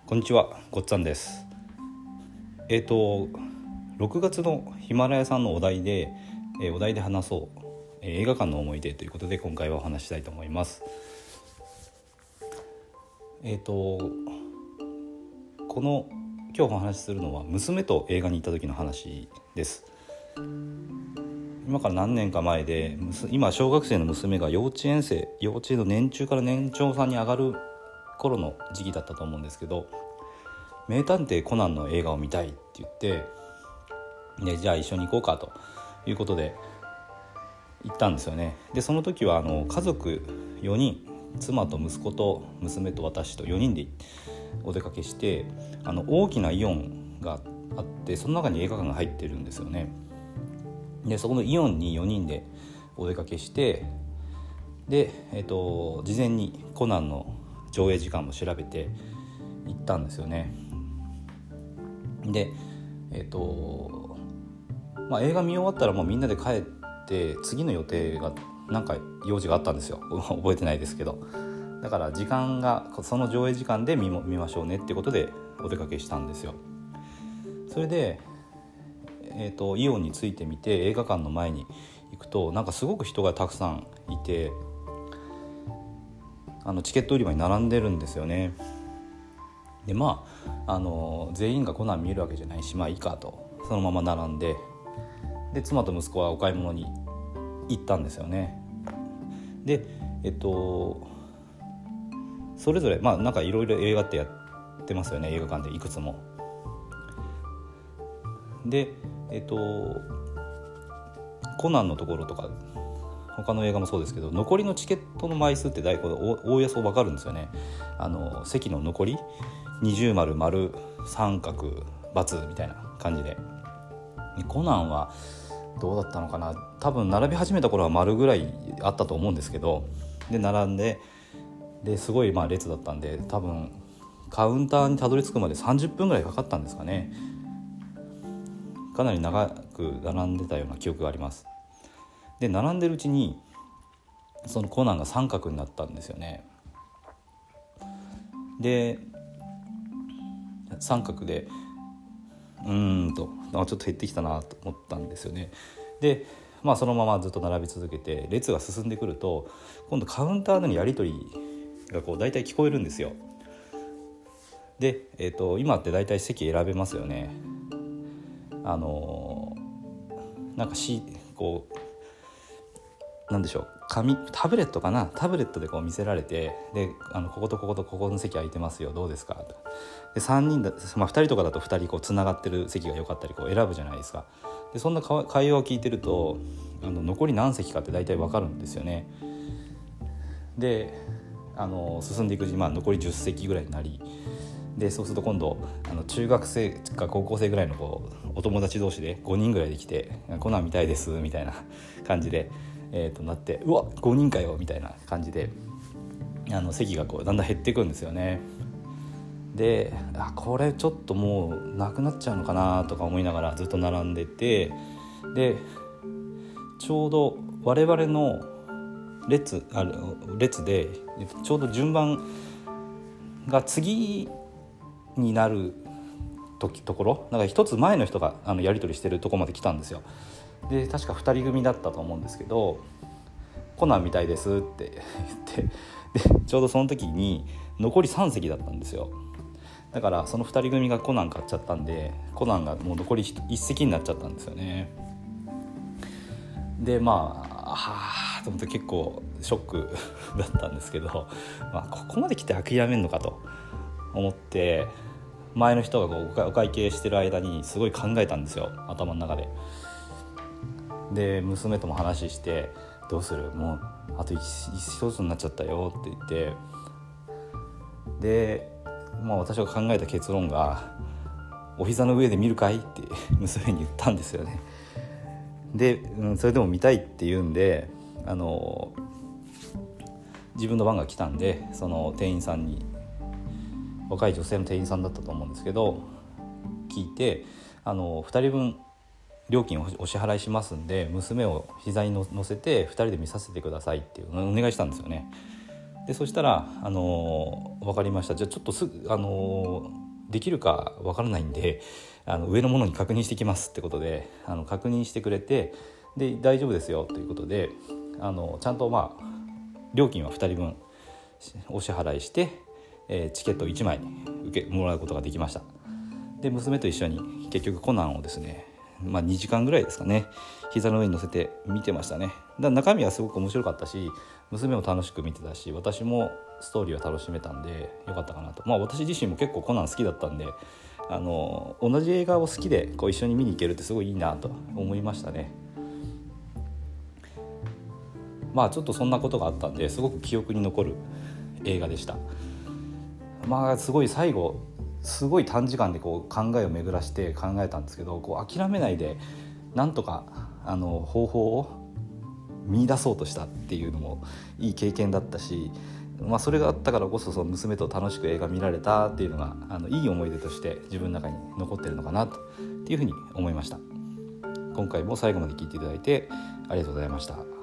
こんにちは、ごっつぁんです。6月のヒマラヤさんのお題で話そう、映画館の思い出ということで今回はお話ししたいと思います。この今日お話しするのは娘と映画に行った時の話です。今から何年か前で、今小学生の娘が幼稚園の年中から年長さんに上がる頃の時期だったと思うんですけど、名探偵コナンの映画を見たいって言って、じゃあ一緒に行こうかということで行ったんですよね。でその時は家族4人、妻と息子と娘と私と4人でお出かけして、大きなイオンがあって、その中に映画館が入ってるんですよね。でそこのイオンに4人でお出かけして、で、事前にコナンの上映時間も調べて行ったんですよね。で映画見終わったらもうみんなで帰って、次の予定がなんか用事があったんですよ覚えてないですけど。だから時間がその上映時間で見ましょうねってことでお出かけしたんですよ。それでイオンに着いてみて、映画館の前に行くとなんかすごく人がたくさんいて、チケット売り場に並んでるんですよね。で全員がコナン見えるわけじゃないし、いいかとそのまま並んで、妻と息子はお買い物に行ったんですよね。でそれぞれなんかいろいろ映画ってやってますよね、映画館でいくつも。でコナンのところとか他の映画もそうですけど、残りのチケットの枚数っておおよそ分かるんですよね。席の残り20丸丸三角×みたいな感じで。コナンはどうだったのかな、多分並び始めた頃は丸ぐらいあったと思うんですけど、で並んですごい列だったんで、多分カウンターにたどり着くまで30分ぐらいかかったんですかね。かなり長く並んでたような記憶があります。で並んでるうちにそのコナンが三角になったんですよね。で三角でちょっと減ってきたなと思ったんですよね。でそのままずっと並び続けて、列が進んでくると今度カウンターでのやり取りがだいたい聞こえるんですよ。で、今ってだいたい席選べますよね。なんかなんでしょう、タブレットかな、タブレットで見せられて、でこことこことここの席空いてますよ、どうですかと。で3人2人とかだと2人つながってる席が良かったり選ぶじゃないですか。でそんな会話を聞いてると残り何席かって大体分かるんですよね。で進んでいくうちに残り10席ぐらいになり、でそうすると今度中学生か高校生ぐらいのお友達同士で5人ぐらいで来て、コナン見たいですみたいな感じで、なって、うわ5人かよみたいな感じで席がだんだん減っていくんですよね。でこれちょっともうなくなっちゃうのかなとか思いながらずっと並んでて、でちょうど我々の列でちょうど順番が次になるところ、だから一つ前の人がやり取りしてるところまで来たんですよ。で確か2人組だったと思うんですけど、コナンみたいですって言って、でちょうどその時に残り3席だったんですよ。だからその2人組がコナン買っちゃったんで、コナンがもう残り1席になっちゃったんですよね。でと思って結構ショックだったんですけど、ここまで来て諦めんのかと思って、前の人がお会計してる間にすごい考えたんですよ、頭の中で。で娘とも話して、どうする、もうあと一つになっちゃったよって言って、で私が考えた結論が、お膝の上で見るかいって娘に言ったんですよね。で、それでも見たいって言うんで、自分の番が来たんで、その店員さんに、若い女性の店員さんだったと思うんですけど、聞いて2人分料金をお支払いしますんで、娘を膝に乗せて2人で見させてくださいっていうのをお願いしたんですよね。 でそしたら、分かりました、じゃあちょっとすぐ、できるか分からないんで上のものに確認してきますってことで確認してくれて、で大丈夫ですよということでちゃんと料金は2人分お支払いして、チケット1枚もらうことができました。で娘と一緒に結局コナンをですね、2時間ぐらいですかね、膝の上に乗せて見てましたね。だから中身はすごく面白かったし、娘も楽しく見てたし、私もストーリーは楽しめたんでよかったかなと。私自身も結構コナン好きだったんで同じ映画を好きで一緒に見に行けるってすごいいいなと思いましたね。ちょっとそんなことがあったんですごく記憶に残る映画でした。すごい最後すごい短時間で考えを巡らして考えたんですけど、諦めないでなんとか方法を見出そうとしたっていうのもいい経験だったし、それがあったからこそ娘と楽しく映画見られたっていうのがいい思い出として自分の中に残ってるのかなっていうふうに思いました。今回も最後まで聞いていただいてありがとうございました。